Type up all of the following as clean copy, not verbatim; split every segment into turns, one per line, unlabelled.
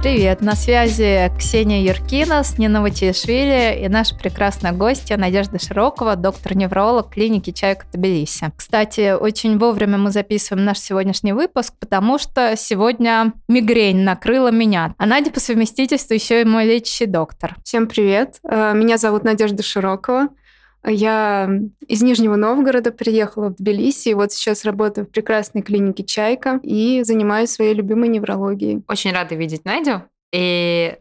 Привет, на связи Ксения Юркина с Нина Ватиишвили и наша прекрасная гостья Надежда Широкова, доктор-невролог клиники «Чайка» Тбилиси. Кстати, очень вовремя мы записываем наш сегодняшний выпуск, потому что сегодня мигрень накрыла меня. А Надя по совместительству еще и мой лечащий доктор.
Всем привет, меня зовут Надежда Широкова. Я из Нижнего Новгорода приехала в Тбилиси, и вот сейчас работаю в прекрасной клинике «Чайка» и занимаюсь своей любимой неврологией.
Очень рада видеть Надю, и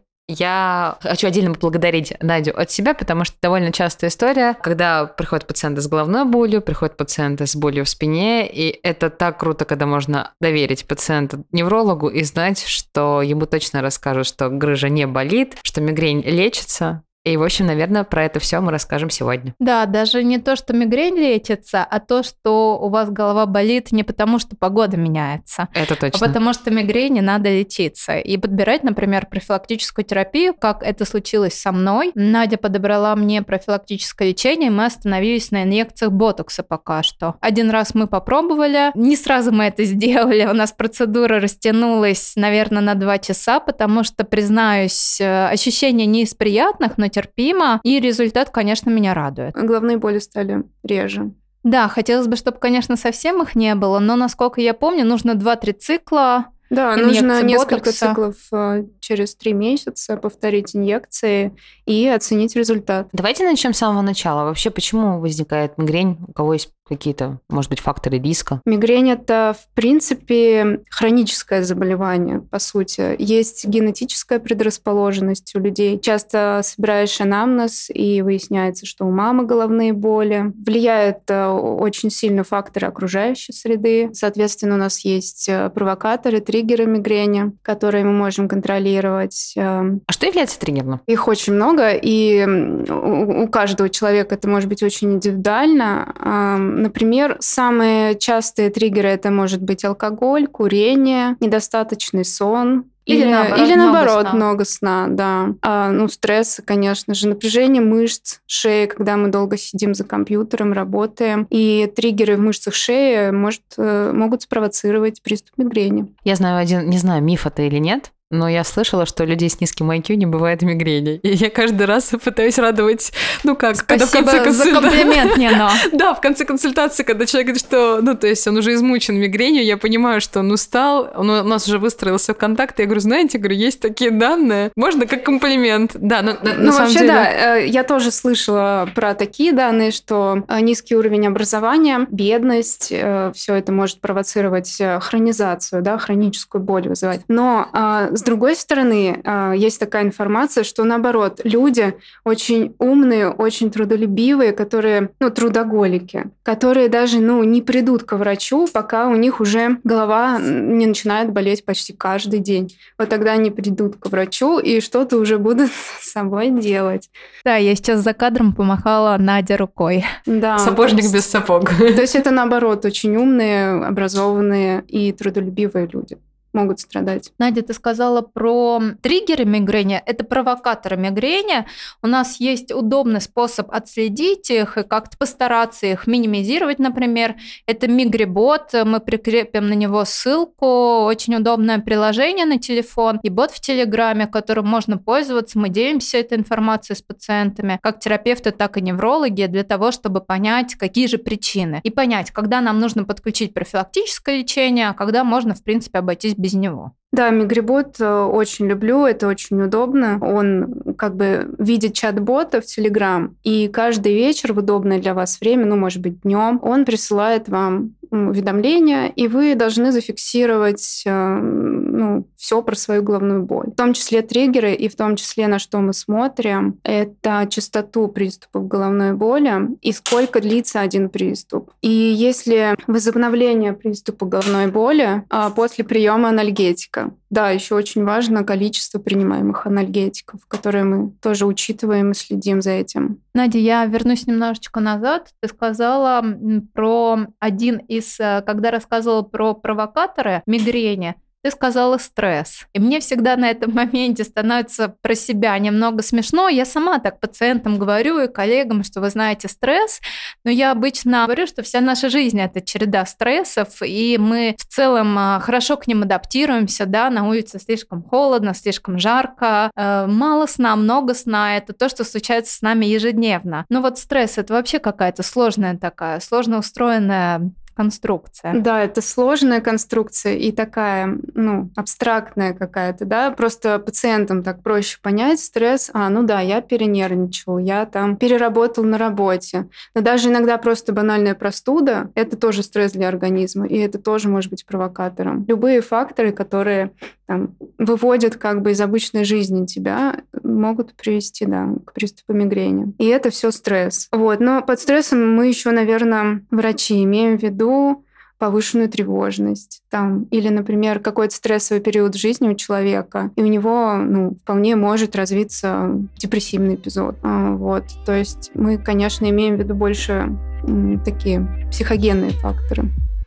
я хочу отдельно поблагодарить Надю от себя, потому что довольно частая история, когда приходят пациенты с головной болью, приходят пациенты с болью в спине, и это так круто, когда можно доверить пациента неврологу и знать, что ему точно расскажут, что грыжа не болит, что мигрень лечится. И, в общем, наверное, про это все мы расскажем сегодня.
Да, даже не то, что мигрень лечится, а то, что у вас голова болит не потому, что погода меняется.
Это точно.
А потому что мигрени надо лечиться. И подбирать, например, профилактическую терапию, как это случилось со мной. Надя подобрала мне профилактическое лечение, и мы остановились на инъекциях ботокса пока что. Один раз мы попробовали, не сразу мы это сделали. У нас процедура растянулась, наверное, на 2 часа, потому что, признаюсь, ощущения не из приятных, но терпимо, и результат, конечно, меня радует.
Головные боли стали реже.
Да, хотелось бы, чтобы, конечно, совсем их не было, но, насколько я помню, нужно 2-3 цикла.
Да, нужно несколько
ботокса.
циклов через 3 месяца повторить инъекции и оценить результат.
Давайте начнем с самого начала. Вообще, почему возникает мигрень? У кого есть какие-то, может быть, факторы риска?
Мигрень – это, в принципе, хроническое заболевание, по сути. Есть генетическая предрасположенность у людей. Часто собираешь анамнез, и выясняется, что у мамы головные боли. Влияют очень сильно факторы окружающей среды. Соответственно, у нас есть провокаторы, триггеры мигрени, которые мы можем контролировать.
А что является триггером?
Их очень много, и у каждого человека это может быть очень индивидуально. Например, самые частые триггеры – это может быть алкоголь, курение, недостаточный сон. Или наоборот, много сна, да. Стресс, конечно же, напряжение мышц шеи, когда мы долго сидим за компьютером, работаем. И триггеры в мышцах шеи могут спровоцировать приступ мигрени.
Я знаю не знаю, миф это или нет, но я слышала, что у людей с низким IQ не бывает мигрени. И я каждый раз пытаюсь радовать, когда в конце
за комплимент, Нина.
Да, в конце консультации, когда человек говорит, что, то есть он уже измучен мигренью, я понимаю, что он устал, у нас уже выстроился контакт, я говорю, знаете, есть такие данные, можно как комплимент. Да, на самом
вообще,
деле...
да, я тоже слышала про такие данные, что низкий уровень образования, бедность, все это может провоцировать хронизацию, да, хроническую боль вызывать. Но с другой стороны, есть такая информация, что наоборот, люди очень умные, очень трудолюбивые, которые, трудоголики, которые даже, не придут к врачу, пока у них уже голова не начинает болеть почти каждый день. Вот тогда они придут к врачу и что-то уже будут с собой делать.
Да, я сейчас за кадром помахала Наде рукой.
Да.
Сапожник без сапог.
То есть это наоборот, очень умные, образованные и трудолюбивые люди могут страдать.
Надя, ты сказала про триггеры мигрени, это провокаторы мигрени. У нас есть удобный способ отследить их и как-то постараться их минимизировать, например. Это Мигрибот, мы прикрепим на него ссылку, очень удобное приложение на телефон и бот в Телеграме, которым можно пользоваться. Мы делимся этой информацией с пациентами, как терапевты, так и неврологи, для того, чтобы понять, какие же причины. И понять, когда нам нужно подключить профилактическое лечение, а когда можно, в принципе, обойтись без него.
Да, Мигрибот очень люблю, это очень удобно. Он видит чат-бота в Telegram, и каждый вечер в удобное для вас время, может быть, днем, он присылает вам уведомления, и вы должны зафиксировать все про свою головную боль. В том числе триггеры, и в том числе на что мы смотрим, это частоту приступов головной боли и сколько длится один приступ. И если возобновление приступа головной боли после приема анальгетика. Да, еще очень важно количество принимаемых анальгетиков, которые мы тоже учитываем и следим за этим.
Надя, я вернусь немножечко назад. Ты сказала про когда рассказывала про провокаторы мигрени, ты сказала стресс. И мне всегда на этом моменте становится про себя немного смешно. Я сама так пациентам говорю и коллегам, что вы знаете стресс, но я обычно говорю, что вся наша жизнь – это череда стрессов, и мы в целом хорошо к ним адаптируемся, да, на улице слишком холодно, слишком жарко, мало сна, много сна – это то, что случается с нами ежедневно. Но вот стресс – это вообще какая-то сложная такая, сложно устроенная конструкция.
Да, это сложная конструкция и такая, абстрактная какая-то, да, просто пациентам так проще понять стресс, я перенервничал, я там переработал на работе. Но даже иногда просто банальная простуда – это тоже стресс для организма, и это тоже может быть провокатором. Любые факторы, которые там выводят как бы из обычной жизни тебя, могут привести, к приступу мигрени. И это все стресс. Но под стрессом мы еще, наверное, врачи имеем в виду повышенную тревожность. Или, например, какой-то стрессовый период в жизни у человека, и у него вполне может развиться депрессивный эпизод. То есть мы, конечно, имеем в виду больше такие психогенные факторы.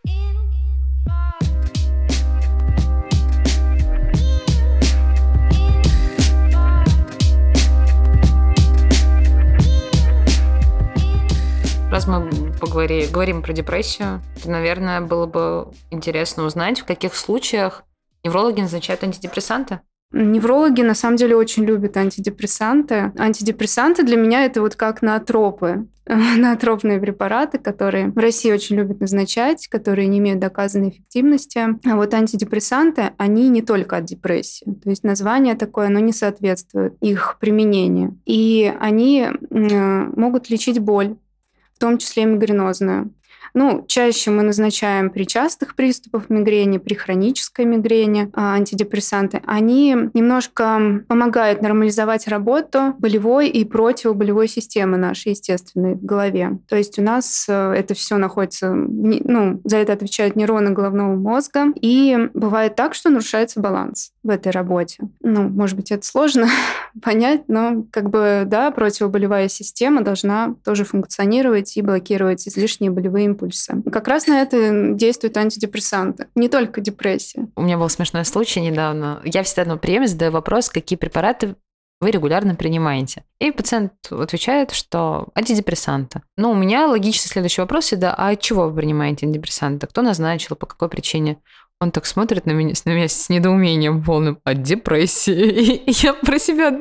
Раз мы говорим про депрессию, то, наверное, было бы интересно узнать, в каких случаях неврологи назначают антидепрессанты.
Неврологи, на самом деле, очень любят антидепрессанты. Антидепрессанты для меня это вот как ноотропы. Ноотропные препараты, которые в России очень любят назначать, которые не имеют доказанной эффективности. А вот антидепрессанты, они не только от депрессии. То есть название такое, оно не соответствует их применению. И они могут лечить боль, в том числе мигренозную. Чаще мы назначаем при частых приступах мигрени, при хронической мигрени антидепрессанты. Они немножко помогают нормализовать работу болевой и противоболевой системы нашей естественной в голове. То есть у нас это все находится, за это отвечают нейроны головного мозга. И бывает так, что нарушается баланс в этой работе. Может быть, это сложно понять, но противоболевая система должна тоже функционировать и блокировать излишние болевые импульсы. Как раз на это действуют антидепрессанты. Не только депрессия.
У меня был смешной случай недавно. Я всегда на приеме задаю вопрос, какие препараты вы регулярно принимаете. И пациент отвечает, что антидепрессанты. У меня логичный следующий вопрос всегда, а от чего вы принимаете антидепрессанты? Кто назначил, по какой причине? Он так смотрит на меня с недоумением полным. От депрессии. И я про себя...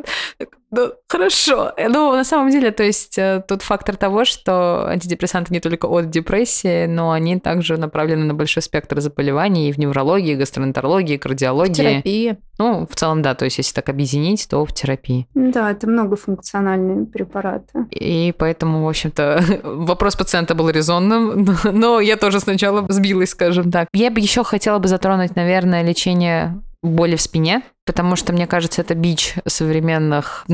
Хорошо. На самом деле, то есть тут фактор того, что антидепрессанты не только от депрессии, но они также направлены на большой спектр заболеваний и в неврологии, гастроэнтерологии, кардиологии. В
терапии.
В целом, да. То есть если так объединить, то в терапии.
Да, это многофункциональные препараты.
И поэтому, в общем-то, вопрос пациента был резонным, но я тоже сначала сбилась, скажем так. Я бы еще хотела бы затронуть, наверное, лечение боли в спине, потому что, мне кажется, это бич современных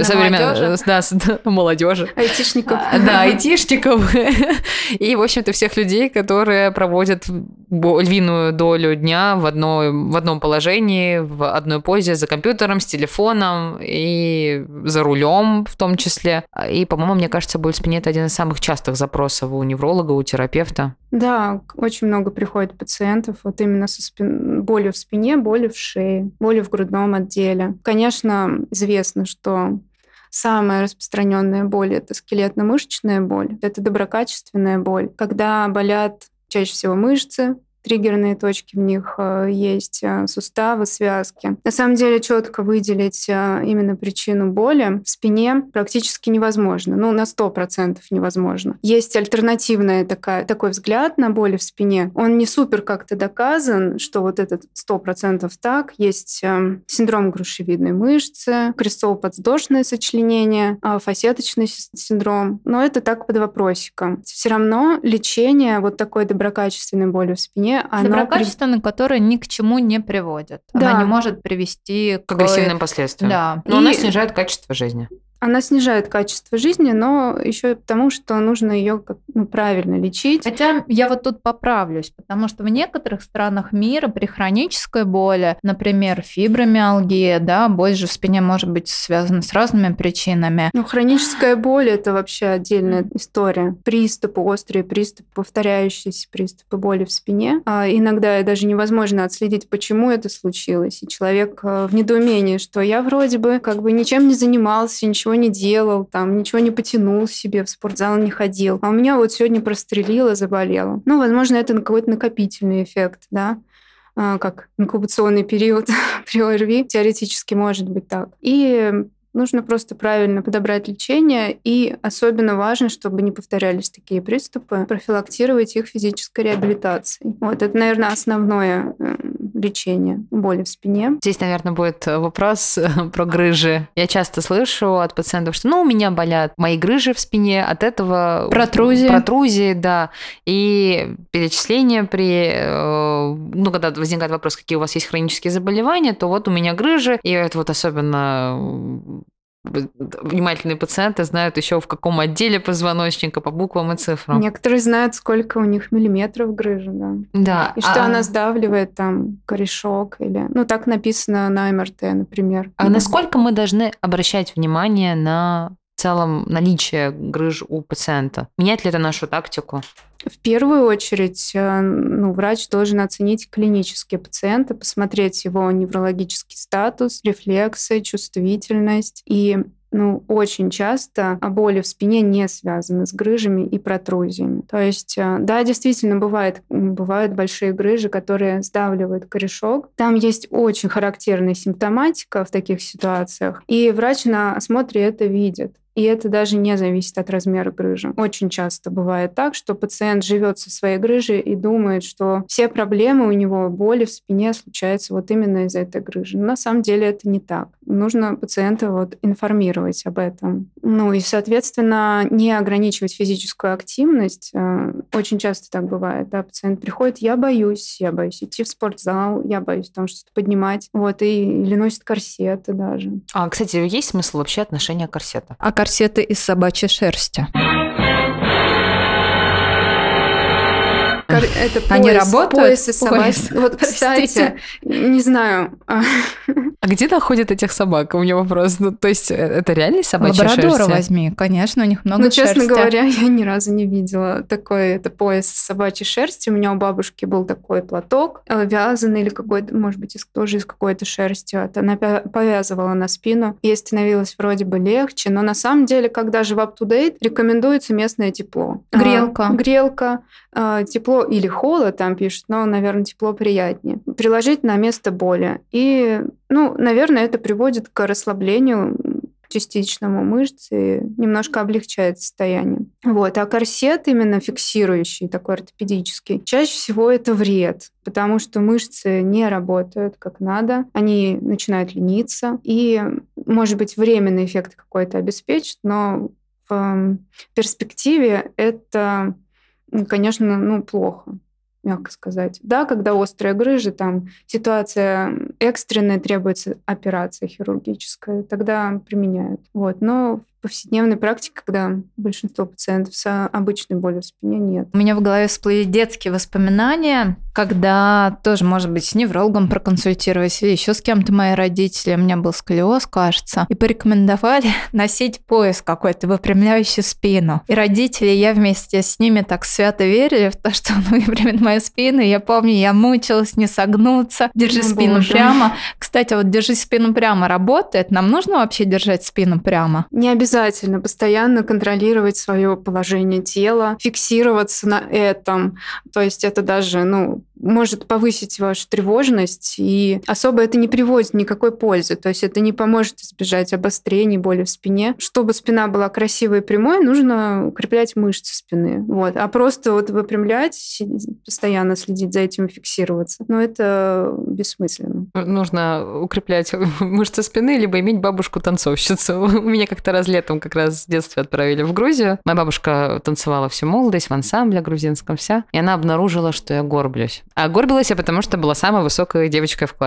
молодежи.
Айтишников.
Да, айтишников. И, в общем-то, всех людей, которые проводят львиную долю дня в одном положении, в одной позе, за компьютером, с телефоном и за рулем в том числе. И, по-моему, мне кажется, боль в спине – это один из самых частых запросов у невролога, у терапевта.
Да, очень много приходит пациентов вот именно со болью в спине, болью в шее, болью в грудном отделе. Конечно, известно, что самая распространенная боль – это скелетно-мышечная боль, это доброкачественная боль, когда болят чаще всего мышцы, триггерные точки в них есть, суставы, связки. На самом деле четко выделить именно причину боли в спине практически невозможно. На 100% невозможно. Есть альтернативный такой взгляд на боли в спине. Он не супер как-то доказан, что вот этот 100% так. Есть синдром грушевидной мышцы, крестово-подвздошное сочленение, фасеточный синдром. Но это так под вопросиком. Все равно лечение вот такой доброкачественной боли в спине
доброкачественной, которая ни к чему не приводит.
Да.
Она не может привести
к агрессивным последствиям.
Да.
Но она снижает качество жизни.
Она снижает качество жизни, но еще потому, что нужно ее правильно лечить.
Хотя я вот тут поправлюсь, потому что в некоторых странах мира при хронической боли, например, фибромиалгия, да, боль же в спине может быть связана с разными причинами.
Ну, хроническая боль – это вообще отдельная история. Приступы, острые приступы, повторяющиеся приступы боли в спине. Иногда даже невозможно отследить, почему это случилось. И человек в недоумении, что я вроде бы ничем не занимался, ничего не делал, ничего не потянул себе, в спортзал не ходил. А у меня вот сегодня прострелило, заболело. Ну, возможно, это какой-то накопительный эффект, да, как инкубационный период при ОРВИ. Теоретически может быть так. И нужно просто правильно подобрать лечение, и особенно важно, чтобы не повторялись такие приступы, профилактировать их физической реабилитацией. Вот это, наверное, основное лечение боли в спине.
Здесь, наверное, будет вопрос про грыжи. Я часто слышу от пациентов, что у меня болят мои грыжи в спине, от этого протрузии, да. И перечисление когда возникает вопрос, какие у вас есть хронические заболевания, то вот у меня грыжи, и это вот особенно внимательные пациенты знают еще в каком отделе позвоночника по буквам и цифрам.
Некоторые знают, сколько у них миллиметров грыжи, да.
Да.
И что она сдавливает корешок или... так написано на МРТ, например.
А насколько мы должны обращать внимание на в целом наличие грыж у пациента? Меняет ли это нашу тактику?
В первую очередь, врач должен оценить клинические пациента, посмотреть его неврологический статус, рефлексы, чувствительность. И очень часто боли в спине не связаны с грыжами и протрузиями. То есть, да, действительно, бывают большие грыжи, которые сдавливают корешок. Там есть очень характерная симптоматика в таких ситуациях, и врач на осмотре это видит. И это даже не зависит от размера грыжи. Очень часто бывает так, что пациент живет со своей грыжей и думает, что все проблемы у него, боли в спине случаются вот именно из-за этой грыжи. Но на самом деле это не так. Нужно пациента информировать об этом. И, соответственно, не ограничивать физическую активность. Очень часто так бывает. Да? Пациент приходит, я боюсь идти в спортзал, я боюсь там что-то поднимать. Или носит корсеты даже.
Кстати, есть смысл вообще отношения корсета?
Корсеты из собачьей шерсти.
Это
Они работают?
Пояс из собачьей. Вот, кстати, не знаю.
А где находят этих собак? У меня вопрос. То есть это реально собачья шерсть?
Лабрадора возьми, конечно, у них много шерсти.
Честно говоря, я ни разу не видела это пояс из собачьей шерсти. У меня у бабушки был такой платок вязаный или какой-то, может быть, тоже из какой-то шерсти. Она повязывала на спину. Ей становилось вроде бы легче, но на самом деле, когда же в UpToDate, рекомендуется местное тепло. Грелка, тепло или холод, там пишут, но, наверное, тепло приятнее. Приложить на место боли. И, наверное, это приводит к расслаблению частичному мышц и немножко облегчает состояние. А корсет именно фиксирующий, такой ортопедический, чаще всего это вред, потому что мышцы не работают как надо, они начинают лениться, и, может быть, временный эффект какой-то обеспечит, но в перспективе это, конечно, плохо, мягко сказать. Да, когда острая грыжа, там ситуация экстренная, требуется операция хирургическая, тогда применяют. Но в повседневной практике, когда большинство пациентов с обычной болью в спине, нет.
У меня в голове всплыли детские воспоминания, когда тоже, может быть, с неврологом проконсультировались или еще с кем-то мои родители, у меня был сколиоз, кажется, и порекомендовали носить пояс какой-то, выпрямляющий спину. И родители, я вместе с ними так свято верили в то, что он выпрямит мою спину. Я помню, я мучилась не согнуться, держи спину прямо. Кстати, держи спину прямо работает. Нам нужно вообще держать спину прямо?
Не обязательно постоянно контролировать свое положение тела, фиксироваться на этом. То есть это даже, может повысить вашу тревожность, и особо это не приводит никакой пользы. То есть это не поможет избежать обострений, боли в спине. Чтобы спина была красивой и прямой, нужно укреплять мышцы спины. А просто выпрямлять, постоянно следить за этим и фиксироваться, это бессмысленно.
Нужно укреплять мышцы спины, либо иметь бабушку-танцовщицу. Меня как-то раз летом как раз в детстве отправили в Грузию. Моя бабушка танцевала всю молодость в ансамбле грузинском вся, и она обнаружила, что я горблюсь. А горбилась я, потому что была самой высокой девочкой в классе.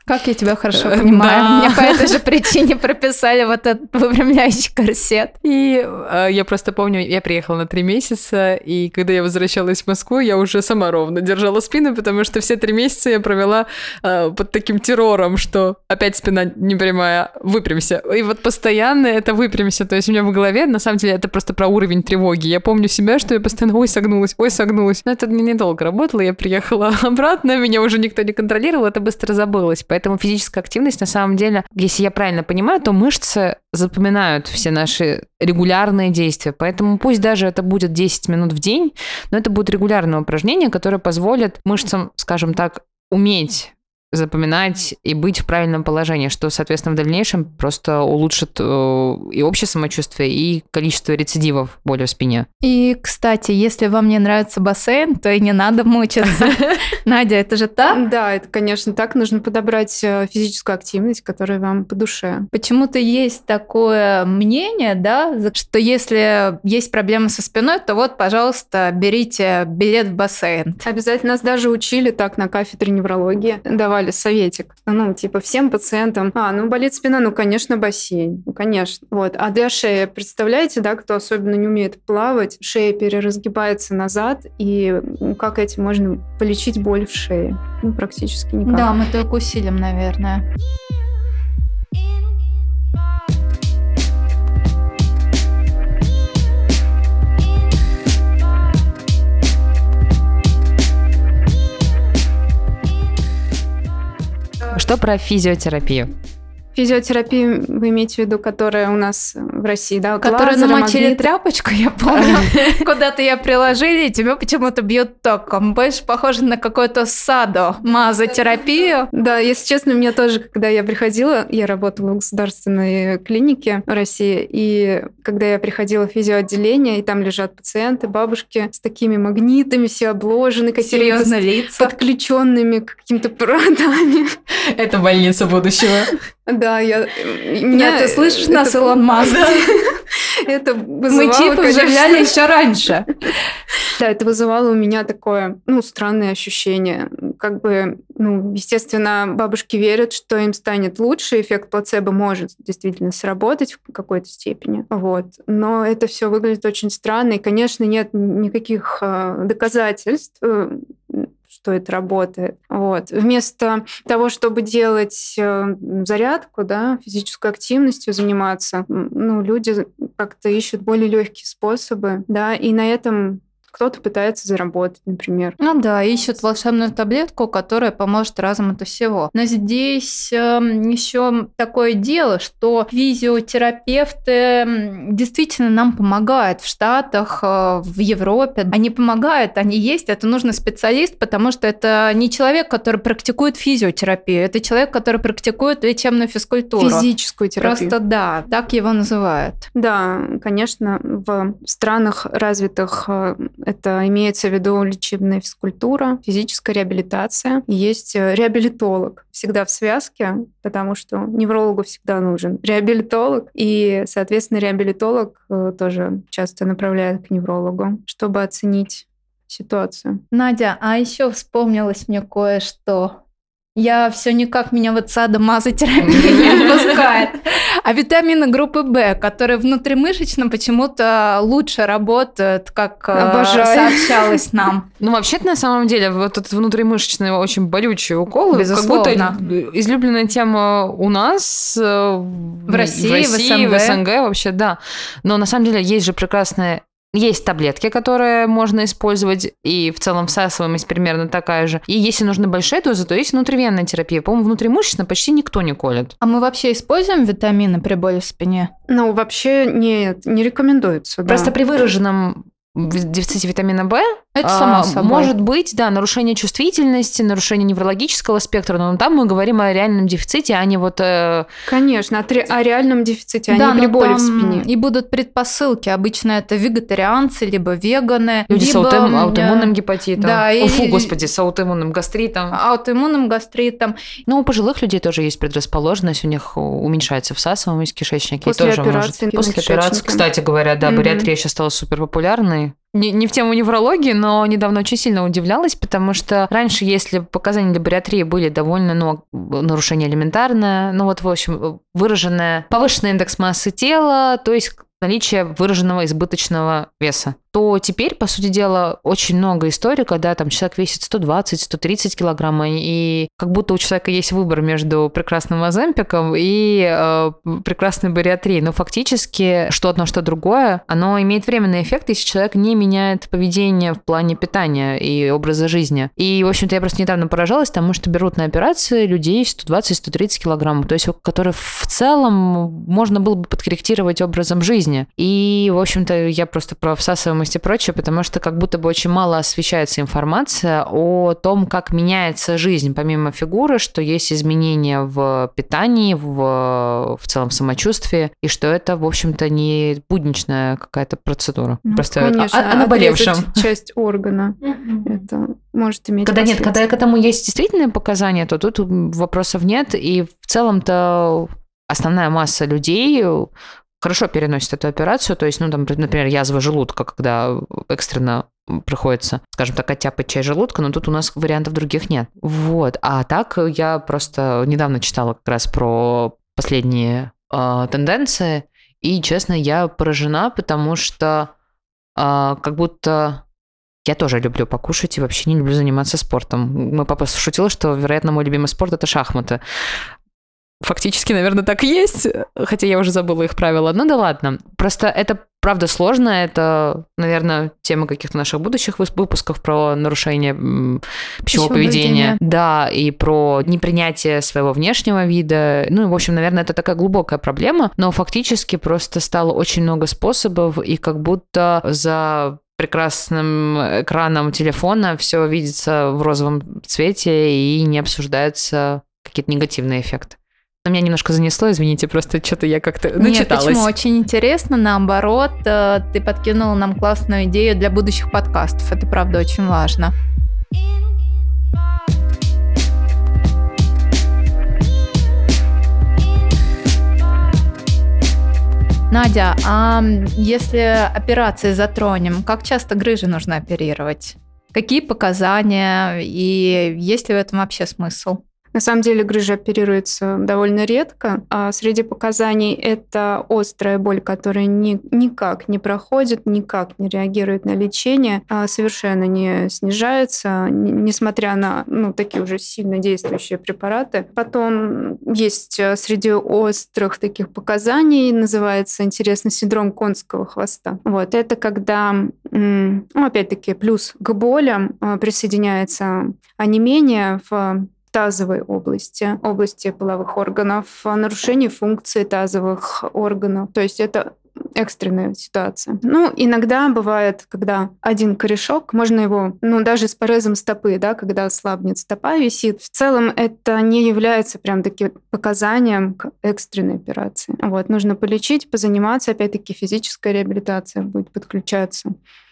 Как я тебя хорошо понимаю.
Да.
Мне по этой же причине прописали вот этот выпрямляющий корсет.
И я просто помню, я приехала на 3 месяца, и когда я возвращалась в Москву, я уже сама ровно держала спину, потому что все 3 месяца я провела под таким террором, что опять спина непрямая, выпрямься. И вот постоянно это выпрямься. То есть у меня в голове, на самом деле, это просто про уровень тревоги. Я помню себя, что я постоянно ой, согнулась. Но это недолго работало, я приехала обратно, меня уже никто не контролировал, это быстро забылось. Поэтому физическая активность, на самом деле, если я правильно понимаю, то мышцы запоминают все наши регулярные действия. Поэтому пусть даже это будет 10 минут в день, но это будет регулярное упражнение, которое позволит мышцам, скажем так, уметь запоминать и быть в правильном положении, что, соответственно, в дальнейшем просто улучшит и общее самочувствие, и количество рецидивов боли в спине.
И, кстати, если вам не нравится бассейн, то и не надо мучиться. Надя, это же так?
Да, это, конечно, так. Нужно подобрать физическую активность, которая вам по душе.
Почему-то есть такое мнение, да, что если есть проблемы со спиной, то вот, пожалуйста, берите билет в бассейн.
Обязательно нас даже учили так на кафедре неврологии. Давали советик. Ну, типа, всем пациентам. Болит спина, конечно, бассейн. Конечно. Вот. А для шеи, представляете, да, кто особенно не умеет плавать, шея переразгибается назад, и как этим можно полечить боль в шее? Практически никак.
Да, мы только усилим, наверное.
Что про физиотерапию?
Физиотерапия, вы имеете в виду, которая у нас в России, да?
Которую намочили тряпочку, я помню. Куда-то ее приложили, и тебя почему-то бьют током. Больше похоже на какую-то садо-мазотерапию.
Да, если честно, мне тоже, когда я приходила, я работала в государственной клинике в России, и когда я приходила в физиоотделение, и там лежат пациенты, бабушки с такими магнитами, все обложены, какими-то
Серьезно лица.
подключенными к каким-то проводами.
Это больница будущего.
Да,
Ты слышишь нас, Илон Маск?
Это вызывало,
Мы чипы вживляли еще раньше.
Да, это вызывало у меня такое, странное ощущение. Естественно, бабушки верят, что им станет лучше, эффект плацебо может действительно сработать в какой-то степени. Вот. Но это все выглядит очень странно, и, конечно, нет никаких доказательств, что это работает. Вот. Вместо того, чтобы делать зарядку, да, физической активностью заниматься, люди как-то ищут более легкие способы, да, и на этом кто-то пытается заработать, например.
Ищут волшебную таблетку, которая поможет разом от всего. Но здесь еще такое дело, что физиотерапевты действительно нам помогают в Штатах, в Европе. Они помогают, они есть, это нужный специалист, потому что это не человек, который практикует физиотерапию, это человек, который практикует лечебную физкультуру.
Физическую терапию.
Просто да, так его называют.
Да, конечно, в странах развитых это имеется в виду лечебная физкультура, физическая реабилитация. Есть реабилитолог всегда в связке, потому что неврологу всегда нужен реабилитолог. И, соответственно, реабилитолог тоже часто направляет к неврологу, чтобы оценить ситуацию.
Надя, а еще вспомнилось мне кое-что. Я все никак меня вот садомазотерапия не отпускает. А витамины группы В, которые внутримышечно почему-то лучше работают, как сообщалось нам.
Вообще-то, на самом деле, вот этот внутримышечный очень болючий укол,
безусловно,
как будто излюбленная тема у нас
в России, в
СНГ вообще, да. Но на самом деле есть же прекрасная... Есть таблетки, которые можно использовать, и в целом всасываемость примерно такая же. И если нужны большие дозы, то есть внутривенная терапия. По-моему, внутримышечно почти никто не колет.
А мы вообще используем витамины при боли в спине?
Вообще нет, не рекомендуется.
Просто при выраженном дефиците витамина В
это само собой.
Может быть, да, нарушение чувствительности, нарушение неврологического спектра, но там мы говорим о реальном дефиците, а не вот...
Конечно, о реальном дефиците, а не при боли в спине.
И будут предпосылки. Обычно это вегетарианцы, либо веганы.
Люди с аутоиммунным гепатитом.
Да,
с аутоиммунным гастритом.
Аутоиммунным гастритом.
У пожилых людей тоже есть предрасположенность, у них уменьшается всасываемость кишечника.
После операции.
После операции, кстати говоря, да, бариатрия сейчас стала супер популярной. не в тему неврологии, но недавно очень сильно удивлялась, потому что раньше, если показания для бариатрии были довольно, нарушение элементарное, в общем, выраженное повышенный индекс массы тела, то есть наличие выраженного избыточного веса, то теперь, по сути дела, очень много историй, когда там человек весит 120-130 килограмм, и как будто у человека есть выбор между прекрасным оземпиком и прекрасной бариатрией. Но фактически, что одно, что другое, оно имеет временный эффект, если человек не меняет поведение в плане питания и образа жизни. И, в общем-то, я просто недавно поражалась тому, что берут на операции людей 120-130 килограмм, то есть которые в целом можно было бы подкорректировать образом жизни. И, в общем-то, я просто про всасываемость и прочее, потому что как будто бы очень мало освещается информация о том, как меняется жизнь, помимо фигуры, что есть изменения в питании, в целом самочувствии, и что это, в общем-то, не будничная какая-то процедура. Просто
конечно,
о наболевшем.
Часть органа. Это может иметь
Когда
последствия.
к этому есть действительные показания, то тут вопросов нет, и в целом-то основная масса людей хорошо переносит эту операцию, то есть, например, язва желудка, когда экстренно приходится, скажем так, оттяпать часть желудка, но тут у нас вариантов других нет. Вот. А так я просто недавно читала как раз про последние тенденции, и, честно, я поражена, потому что как будто я тоже люблю покушать и вообще не люблю заниматься спортом. Мой папа шутил, что, вероятно, мой любимый спорт – это шахматы. Фактически, наверное, так и есть, хотя я уже забыла их правила. Ну да ладно. Просто это правда сложно. Это, наверное, тема каких-то наших будущих выпусков про нарушение пищевого поведения. Да, и про непринятие своего внешнего вида. В общем, наверное, это такая глубокая проблема, но фактически просто стало очень много способов, и как будто за прекрасным экраном телефона все видится в розовом цвете и не обсуждаются какие-то негативные эффекты. Но меня немножко занесло, извините, просто что-то я как-то начиталась.
Нет, почему? Очень интересно, наоборот, ты подкинула нам классную идею для будущих подкастов. Это, правда, очень важно. Надя, а если операции затронем, как часто грыжи нужно оперировать? Какие показания и есть ли в этом вообще смысл?
На самом деле грыжа оперируется довольно редко. А среди показаний это острая боль, которая никак не проходит, никак не реагирует на лечение, совершенно не снижается, несмотря на такие уже сильно действующие препараты. Потом есть среди острых таких показаний, называется, интересно, синдром конского хвоста. Вот, это когда, опять-таки, плюс к болям присоединяется онемение в тазовой области половых органов, нарушение функции тазовых органов. То есть это экстренная ситуация. Иногда бывает, когда один корешок, можно его, даже с порезом стопы, да, когда слабнет стопа, висит. В целом это не является прям таким показанием к экстренной операции. Вот, нужно полечить, позаниматься, опять-таки физическая реабилитация будет подключаться.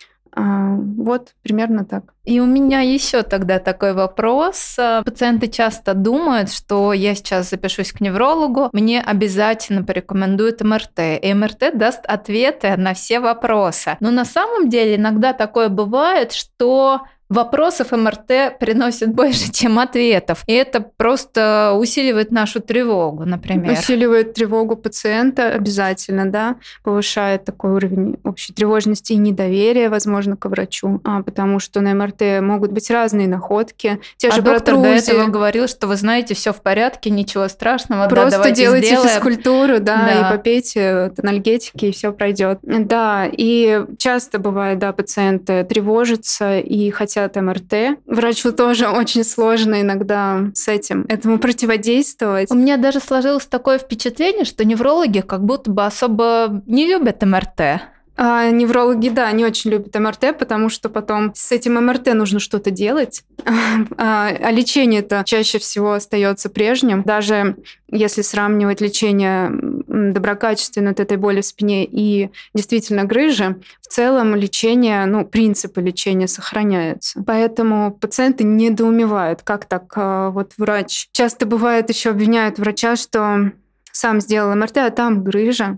Вот, примерно так.
И у меня еще тогда такой вопрос. Пациенты часто думают, что я сейчас запишусь к неврологу, мне обязательно порекомендуют МРТ. И МРТ даст ответы на все вопросы. Но на самом деле иногда такое бывает, что вопросов МРТ приносит больше, чем ответов. И это просто усиливает нашу тревогу, например.
Усиливает тревогу пациента обязательно, да, повышает такой уровень общей тревожности и недоверия, возможно, к врачу, потому что на МРТ могут быть разные находки. Те же
доктор до
протрузии.
этого говорил, что вы знаете, все в порядке, ничего страшного,
просто
давайте
делайте
сделаем.
Физкультуру, да, и попейте анальгетики, и все пройдет. Да, и часто бывает, да, пациенты тревожатся и хотят МРТ. Врачу тоже очень сложно иногда с этому противодействовать.
У меня даже сложилось такое впечатление, что неврологи как будто бы особо не любят МРТ.
Неврологи, да, не очень любят МРТ, потому что потом с этим МРТ нужно что-то делать. А лечение-то чаще всего остается прежним. Даже если сравнивать лечение доброкачественное от этой боли в спине и действительно грыжи, в целом лечение, принципы лечения сохраняются. Поэтому пациенты недоумевают, как так вот врач. Часто бывает еще обвиняют врача, что сам сделал МРТ, а там грыжа.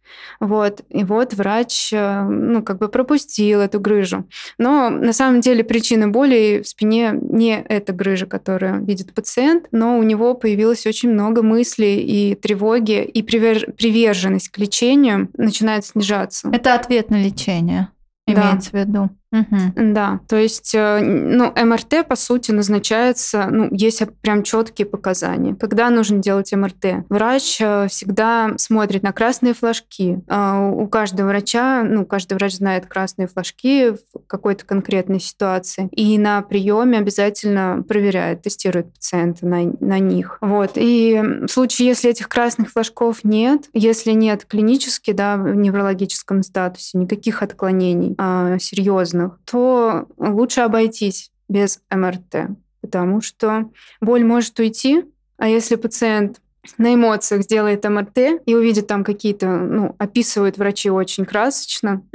Вот. И вот врач, пропустил эту грыжу. Но на самом деле причина боли в спине не эта грыжа, которую видит пациент, но у него появилось очень много мыслей и тревоги, и приверженность к лечению начинает снижаться.
Это ответ на лечение, имеется в виду.
Да, то есть, МРТ, по сути, назначается, есть прям четкие показания. Когда нужно делать МРТ? Врач всегда смотрит на красные флажки. У каждого врача, каждый врач знает красные флажки в какой-то конкретной ситуации. И на приеме обязательно проверяет, тестирует пациента на них. Вот. И в случае, если этих красных флажков нет, если нет клинически, в неврологическом статусе никаких отклонений серьезных, то лучше обойтись без МРТ, потому что боль может уйти, а если пациент на эмоциях сделает МРТ и увидит там какие-то, описывают врачи очень красочно,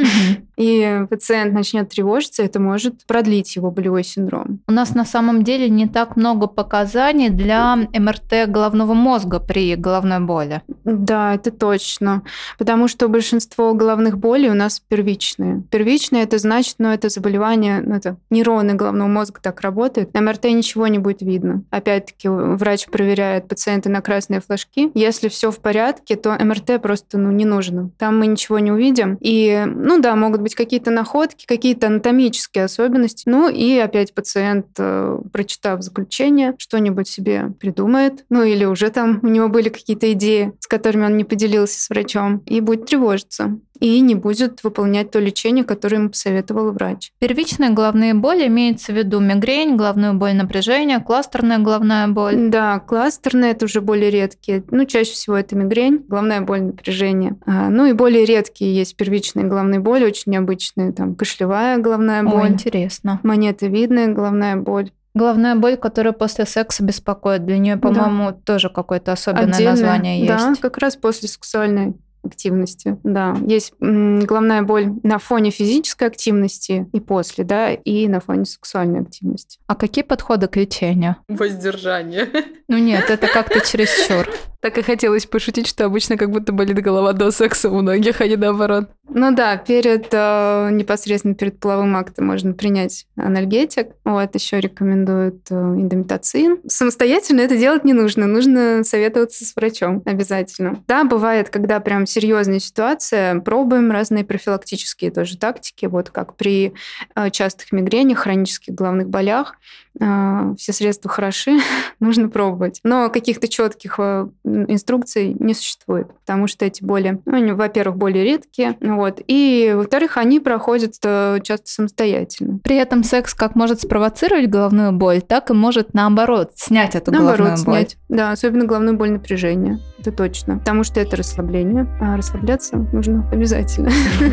и пациент начнет тревожиться, это может продлить его болевой синдром.
У нас на самом деле не так много показаний для МРТ головного мозга при головной боли.
Да, это точно, потому что большинство головных болей у нас первичные. Первичные — это значит, это заболевание, это нейроны головного мозга так работают. На МРТ ничего не будет видно. Опять-таки врач проверяет пациента на красные флажки. Если все в порядке, то МРТ просто не нужно. Там мы ничего не увидим. И, могут быть какие-то находки, какие-то анатомические особенности. И опять пациент, прочитав заключение, что-нибудь себе придумает. Или уже там у него были какие-то идеи, с которыми он не поделился с врачом, и будет тревожиться. И не будет выполнять то лечение, которое ему посоветовал врач.
Первичные головные боли имеется в виду мигрень, головную боль напряжения, кластерная головная боль.
Да, кластерная — это уже более редкие. Чаще всего это мигрень, головная боль напряжения. И более редкие есть первичные головные боли, очень необычные, там кашлевая головная боль.
О, интересно.
Монетовидная головная боль.
Головная боль, которая после секса беспокоит. Для нее, по-моему, тоже какое-то особенное название есть.
Да, как раз после сексуальной активности. Да, есть головная боль на фоне физической активности и после, и на фоне сексуальной активности.
А какие подходы к лечению?
Воздержание.
Нет, это как-то чересчур.
Так и хотелось пошутить, что обычно как будто болит голова до секса у многих, а не наоборот.
Непосредственно перед половым актом можно принять анальгетик. Еще рекомендуют индомитоцин. Самостоятельно это делать не нужно. Нужно советоваться с врачом обязательно. Да, бывает, когда прям серьезная ситуация, пробуем разные профилактические тоже тактики. Как при частых мигренях, хронических головных болях. Все средства хороши, нужно пробовать. Но каких-то четких инструкций не существует, потому что эти боли, они, во-первых, более редкие, и, во-вторых, они проходят часто самостоятельно.
При этом секс как может спровоцировать головную боль, так и может, наоборот, снять эту головную боль.
Снять. Да, особенно головную боль напряжения. Это точно. Потому что это расслабление, а расслабляться нужно обязательно.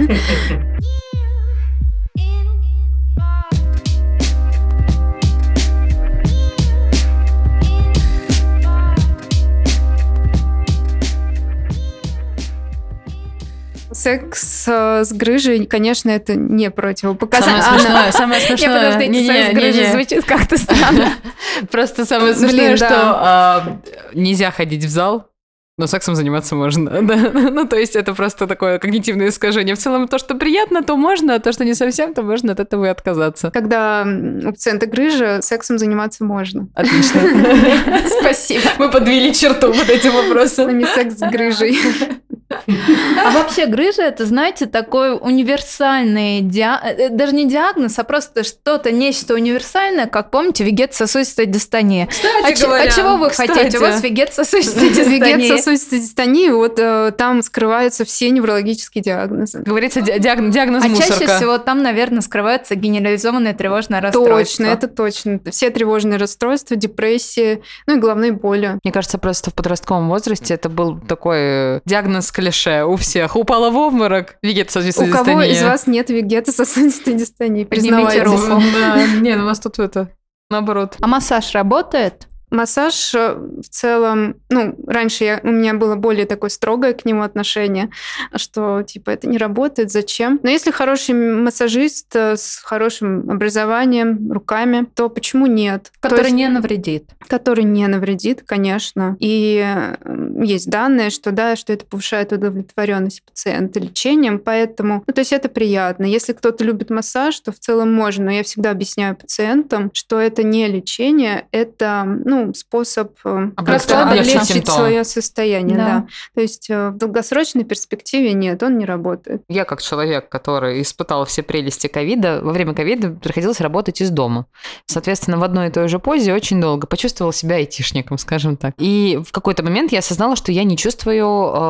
Секс с грыжей, конечно, это не противопоказание.
Самое смешное.
Подождите, секс с грыжей звучит как-то странно.
Просто самое смешное, что нельзя ходить в зал, но сексом заниматься можно. То есть это просто такое когнитивное искажение. В целом то, что приятно, то можно, а то, что не совсем, то можно от этого и отказаться.
Когда у пациента грыжа, сексом заниматься можно.
Отлично.
Спасибо.
Мы подвели черту под этим вопросом.
Но не секс с грыжей.
А вообще грыжа — это, знаете, такой универсальный даже не диагноз, а просто что-то, нечто универсальное, как, помните, вегетососудистая дистония.
Кстати говоря,
а чего вы хотите? У вас вегетососудистая дистония.
Вегетососудистая дистония, там скрываются все неврологические диагнозы.
Говорится, диагноз мусорка.
Чаще всего там, наверное, скрывается генерализованное тревожное расстройство.
Точно, это точно. Все тревожные расстройства, депрессии, и головные боли.
Мне кажется, просто в подростковом возрасте это был такой диагноз клише у всех. Упала в обморок, вегетососудистая дистония.
У кого из вас нет вегетососудистой дистонии? Признавайтесь.
Не, у нас тут это наоборот.
А массаж работает?
массаж в целом, раньше у меня было более такое строгое к нему отношение, что типа это не работает, зачем? Но если хороший массажист с хорошим образованием, руками, то почему нет?
Который не навредит.
Который не навредит, конечно. И есть данные, что это повышает удовлетворенность пациента лечением, поэтому, то есть это приятно. Если кто-то любит массаж, то в целом можно. Но я всегда объясняю пациентам, что это не лечение, это, способ просто облегчить свое состояние. Да. То есть в долгосрочной перспективе нет, он не работает.
Я как человек, который испытал все прелести ковида, во время ковида приходилось работать из дома. Соответственно, в одной и той же позе очень долго почувствовала себя айтишником, скажем так. И в какой-то момент я осознала, что я не чувствую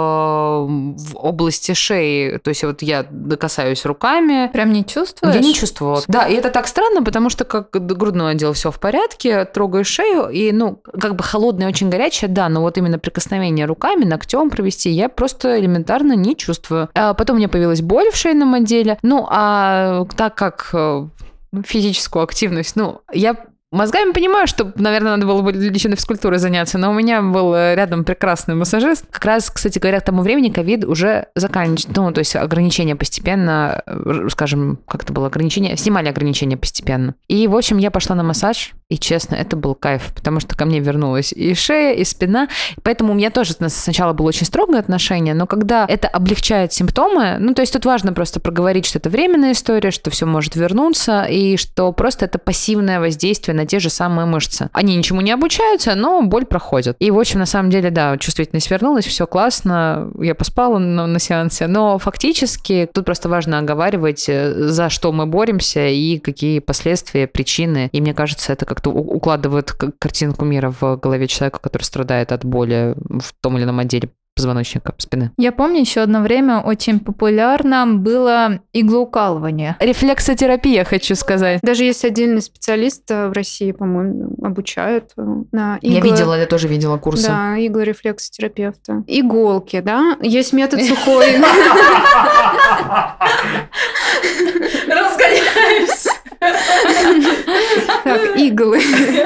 в области шеи, то есть вот я докасаюсь руками.
Прям не чувствуешь?
Я не чувствовала. Да, и это так странно, потому что как грудной отдел все в порядке, трогаю шею, и, как бы холодная, очень горячая, да, но вот именно прикосновение руками, ногтем провести, я просто элементарно не чувствую. А потом у меня появилась боль в шейном отделе, а так как физическую активность, я мозгами понимаю, что, наверное, надо было бы лечебной физкультурой заняться, но у меня был рядом прекрасный массажист. Как раз, кстати говоря, к тому времени ковид уже заканчивался. То есть ограничения постепенно, скажем, как это было, снимали ограничения постепенно. И, в общем, я пошла на массаж, и, честно, это был кайф, потому что ко мне вернулась и шея, и спина. Поэтому у меня тоже сначала было очень строгое отношение, но когда это облегчает симптомы, то есть тут важно просто проговорить, что это временная история, что все может вернуться, и что просто это пассивное воздействие на те же самые мышцы. Они ничему не обучаются, но боль проходит. И, в общем, на самом деле, да, чувствительность вернулась, все классно, я поспала на сеансе, но фактически тут просто важно оговаривать, за что мы боремся и какие последствия, причины. И мне кажется, это как-то укладывает картинку мира в голове человека, который страдает от боли в том или ином отделе позвоночника, спины.
Я помню, еще одно время очень популярно было иглоукалывание.
Рефлексотерапия, хочу сказать.
Даже есть отдельный специалист в России, по-моему, обучают на
иглы. Я тоже видела курсы.
Да, иглорефлексотерапевта. Иголки, да? Есть метод сухой.
Разгоняюсь.
Так, иглы.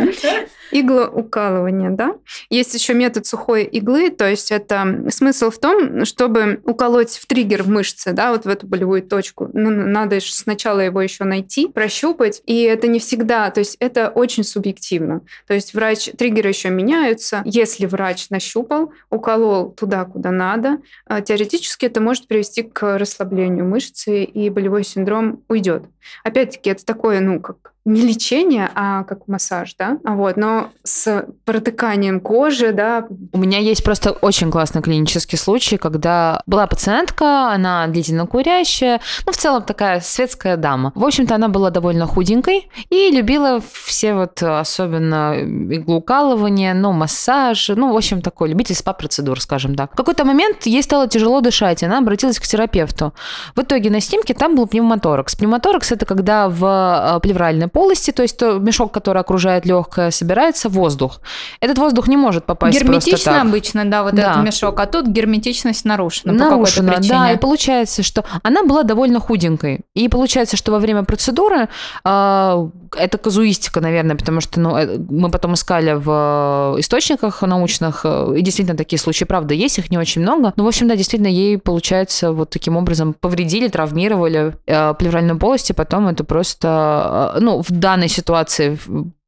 Иглоукалывание, да? Есть еще метод сухой иглы, то есть это смысл в том, чтобы уколоть в триггер в мышце, да, вот в эту болевую точку. Надо сначала его еще найти, прощупать, и это не всегда, то есть это очень субъективно. То есть триггеры еще меняются. Если врач нащупал, уколол туда, куда надо, теоретически это может привести к расслаблению мышцы, и болевой синдром уйдет. Опять-таки, это такое, как не лечение, а как массаж, да? Но с протыканием кожи, да.
У меня есть просто очень классный клинический случай, когда была пациентка, она длительно курящая, в целом такая светская дама. В общем-то, она была довольно худенькой и любила все особенно иглоукалывание, массаж, в общем, такой любитель спа-процедур, скажем так. В какой-то момент ей стало тяжело дышать, и она обратилась к терапевту. В итоге на снимке там был пневмоторакс. Пневмоторакс – это когда в плевральной полости, то есть мешок, который окружает легкое, собирается воздух. Этот воздух не может попасть просто так.
Герметично обычно, да, этот мешок, а тут герметичность нарушена по какой-то причине.
Да, и получается, что она была довольно худенькой. И получается, что во время процедуры, это казуистика, наверное, потому что мы потом искали в источниках научных, и действительно такие случаи, правда, есть, их не очень много. Но, в общем, да, действительно, ей, получается, вот таким образом повредили, травмировали плевральную полость, и потом это просто, в данной ситуации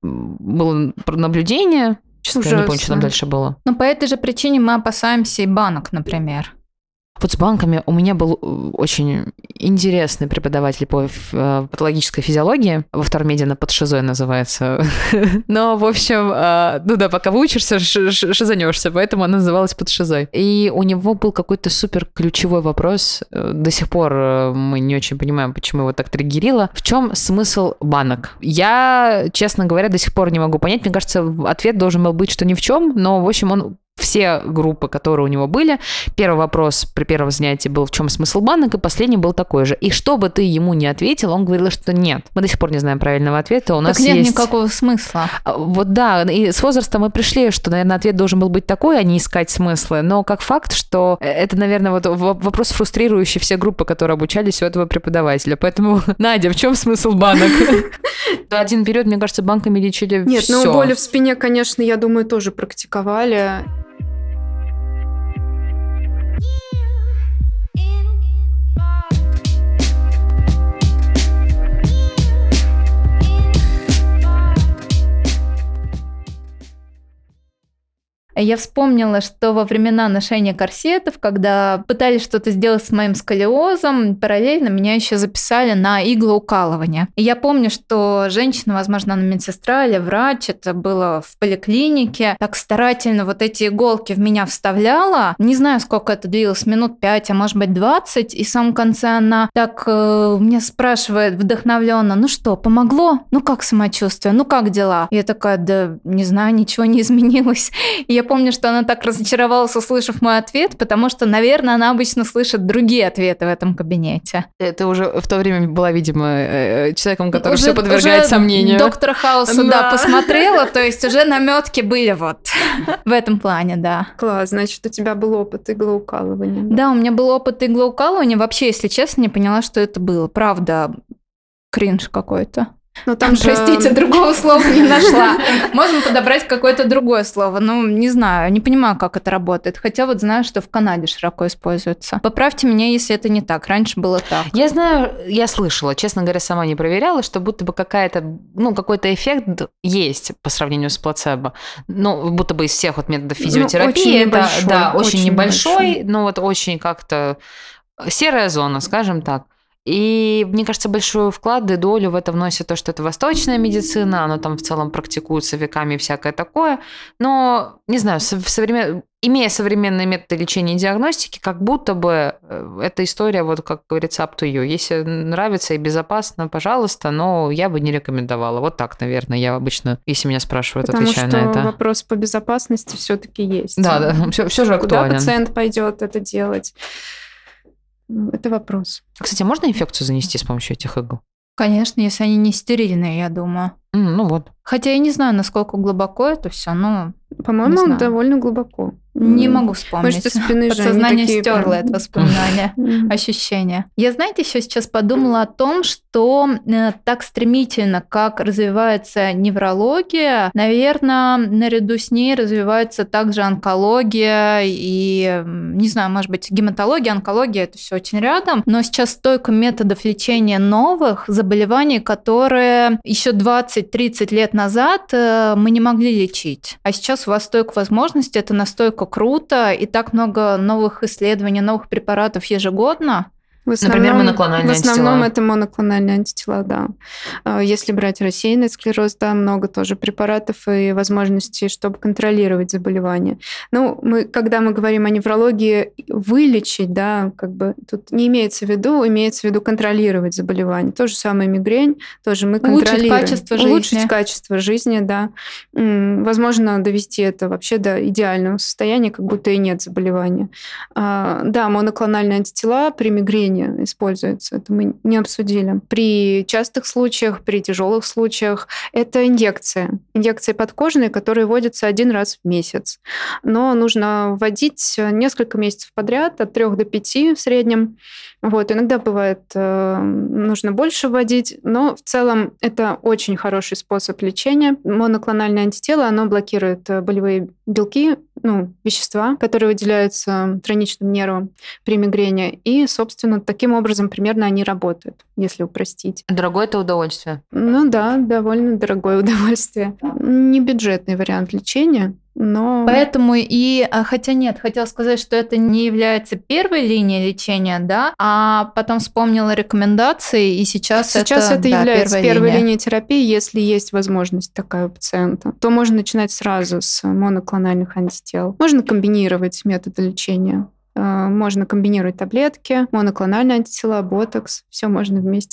было наблюдение. Честно, я не помню, что там дальше было.
По этой же причине мы опасаемся и банок, например.
Вот с банками у меня был очень интересный преподаватель по патологической физиологии. Во втором медиа под шизой называется. Но, в общем, пока выучишься, шизанешься, поэтому она называлась под шизой. И у него был какой-то супер ключевой вопрос. До сих пор мы не очень понимаем, почему его так триггерило. В чем смысл банок? Я, честно говоря, до сих пор не могу понять. Мне кажется, ответ должен был быть, что ни в чем, но, в общем, он все группы, которые у него были. Первый вопрос при первом занятии был, в чем смысл банок, и последний был такой же. И что бы ты ему не ответил, он говорил, что нет. Мы до сих пор не знаем правильного ответа. У нас
так нет
есть...
никакого смысла.
Вот да, и с возрастом мы пришли, что, наверное, ответ должен был быть такой, а не искать смыслы. Но как факт, что это, наверное, вот вопрос фрустрирующий все группы, которые обучались у этого преподавателя. Поэтому, Надя, в чем смысл банок? Один период, мне кажется, банками лечили
Нет,
все.
ну боли в спине, конечно, я думаю, тоже практиковали.
Я вспомнила, что во времена ношения корсетов, когда пытались что-то сделать с моим сколиозом, параллельно меня еще записали на иглоукалывание. И я помню, что женщина, возможно, она медсестра или врач, это было в поликлинике, так старательно вот эти иголки в меня вставляла. Не знаю, сколько это длилось, минут 5, а может быть 20. И в самом конце она так мне спрашивает вдохновленно: ну что, помогло? Ну как самочувствие? Ну как дела? Я такая: да не знаю, ничего не изменилось. И я помню, что она так разочаровалась, услышав мой ответ, потому что, наверное, она обычно слышит другие ответы в этом кабинете.
Это уже в то время была, видимо, человеком, который все подвергает сомнению.
Доктора Хауса, да, посмотрела, то есть уже намётки были вот в этом плане, да.
Класс, значит, у тебя был опыт иглоукалывания.
Да, у меня был опыт иглоукалывания. Вообще, если честно, не поняла, что это было. Правда, кринж какой-то.
Но там же...
Простите, другого слова не нашла. Можем подобрать какое-то другое слово. Ну, не знаю, не понимаю, как это работает. Хотя вот знаю, что в Канаде широко используется. Поправьте меня, если это не так. Раньше было так.
Я знаю, я слышала, честно говоря, сама не проверяла, что будто бы какой-то эффект есть по сравнению с плацебо. Ну, будто бы из всех вот методов физиотерапии.
Очень небольшой,
да, очень небольшой, но вот очень как-то серая зона, скажем так. И, мне кажется, большой вклад и долю в это вносит то, что это восточная медицина, оно там в целом практикуется веками и всякое такое. Но, не знаю, имея современные методы лечения и диагностики, как будто бы эта история, вот как говорится, up to you. Если нравится и безопасно, пожалуйста, но я бы не рекомендовала. Вот так, наверное, я обычно, если меня спрашивают, отвечаю на это.
Потому что вопрос по безопасности все-таки есть.
Да, все же актуально.
Куда пациент пойдет это делать? Это вопрос.
Кстати, можно инфекцию занести с помощью этих игл?
Конечно, если они не стерильные, я думаю.
Ну вот.
Хотя я не знаю, насколько глубоко это все, но...
По-моему, довольно глубоко.
Не могу вспомнить.
Может, со спины же
Подсознание
такие
стерло это воспоминание, ощущение. Я, знаете, еще сейчас подумала о том, что так стремительно, как развивается неврология, наверное, наряду с ней развивается также онкология и, не знаю, может быть, гематология, онкология, это все очень рядом. Но сейчас столько методов лечения новых заболеваний, которые еще 20-30 лет назад мы не могли лечить. А сейчас у вас столько возможностей, это настолько круто, и так много новых исследований, новых препаратов ежегодно.
Например, моноклональные антитела.
В основном это моноклональные антитела, да. Если брать рассеянный склероз, да, много тоже препаратов и возможностей, чтобы контролировать заболевание. Ну, когда мы говорим о неврологии, вылечить, да, как бы тут не имеется в виду контролировать заболевание. То же самое мигрень, тоже мы контролируем. Улучшить качество жизни, да. Возможно, довести это вообще до идеального состояния, как будто и нет заболевания. Да, моноклональные антитела при мигрени используется. Это мы не обсудили. При частых случаях, при тяжелых случаях это инъекция. Инъекции подкожные, которые вводятся 1 раз в месяц. Но нужно вводить несколько месяцев подряд, от 3 до 5 в среднем. Вот. Иногда бывает, нужно больше вводить, но в целом это очень хороший способ лечения. Моноклональное антитело, оно блокирует болевые белки, вещества, которые выделяются тройничным нервом при мигрени. И, собственно, таким образом примерно они работают, если упростить.
Дорогое это удовольствие.
Ну да, довольно дорогое удовольствие. Не бюджетный вариант лечения, но...
Поэтому хотела сказать, что это не является первой линией лечения, да, а потом вспомнила рекомендации, и сейчас это
является первой
линия.
линией терапии, если есть возможность такая у пациента. То можно начинать сразу с моноклональных антител. Можно комбинировать методы лечения. Можно комбинировать таблетки, моноклональные антитела, ботокс. Все можно вместе.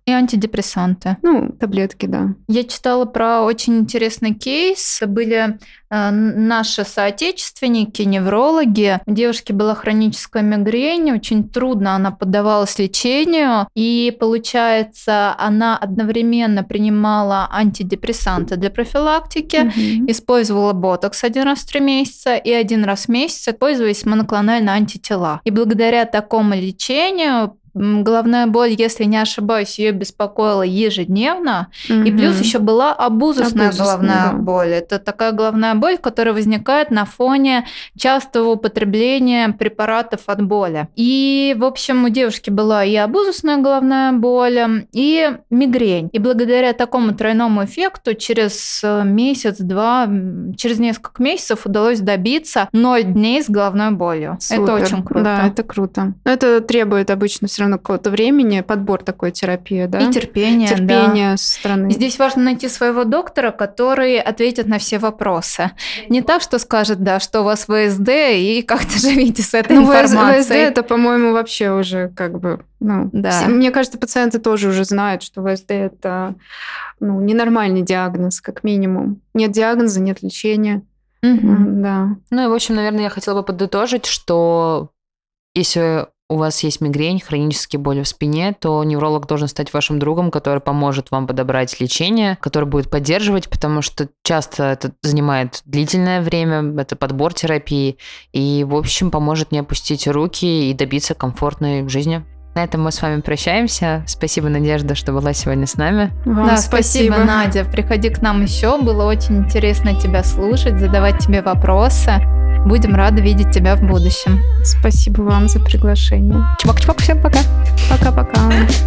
И антидепрессанты.
Таблетки, да.
Я читала про очень интересный кейс. Были наши соотечественники, неврологи. У девушки была хроническая мигрень, очень трудно она поддавалась лечению. И, получается, она одновременно принимала антидепрессанты для профилактики, использовала ботокс 1 раз в 3 месяца и 1 раз в месяц использовались моноклональные антитела. И благодаря такому лечению головная боль, если не ошибаюсь, ее беспокоила ежедневно. И плюс еще была абузусная головная боль. Это такая головная боль, которая возникает на фоне частого употребления препаратов от боли. И, в общем, у девушки была и абузусная головная боль, и мигрень. И благодаря такому тройному эффекту через месяц-два, через несколько месяцев удалось добиться 0 дней с головной болью.
Супер.
Это очень круто.
Да, это круто. Но это требует обычно все равно какого-то времени, подбор такой терапии, да?
И терпение
со стороны.
Здесь важно найти своего доктора, который ответит на все вопросы. Не так, что скажет, да, что у вас ВСД, и как-то живите с этой информацией.
ВСД это, по-моему, вообще уже как бы...
да.
Мне кажется, пациенты тоже уже знают, что ВСД это ненормальный диагноз, как минимум. Нет диагноза, нет лечения. Да.
И, в общем, наверное, я хотела бы подытожить, что если у вас есть мигрень, хронические боли в спине, то невролог должен стать вашим другом, который поможет вам подобрать лечение, который будет поддерживать, потому что часто это занимает длительное время, это подбор терапии, и, в общем, поможет не опустить руки и добиться комфортной жизни. На этом мы с вами прощаемся. Спасибо, Надежда, что была сегодня с нами.
Вам спасибо, Надя. Приходи к нам еще. Было очень интересно тебя слушать, задавать тебе вопросы. Будем рады видеть тебя в будущем.
Спасибо вам за приглашение.
Чмок-чмок, всем пока.
Пока-пока.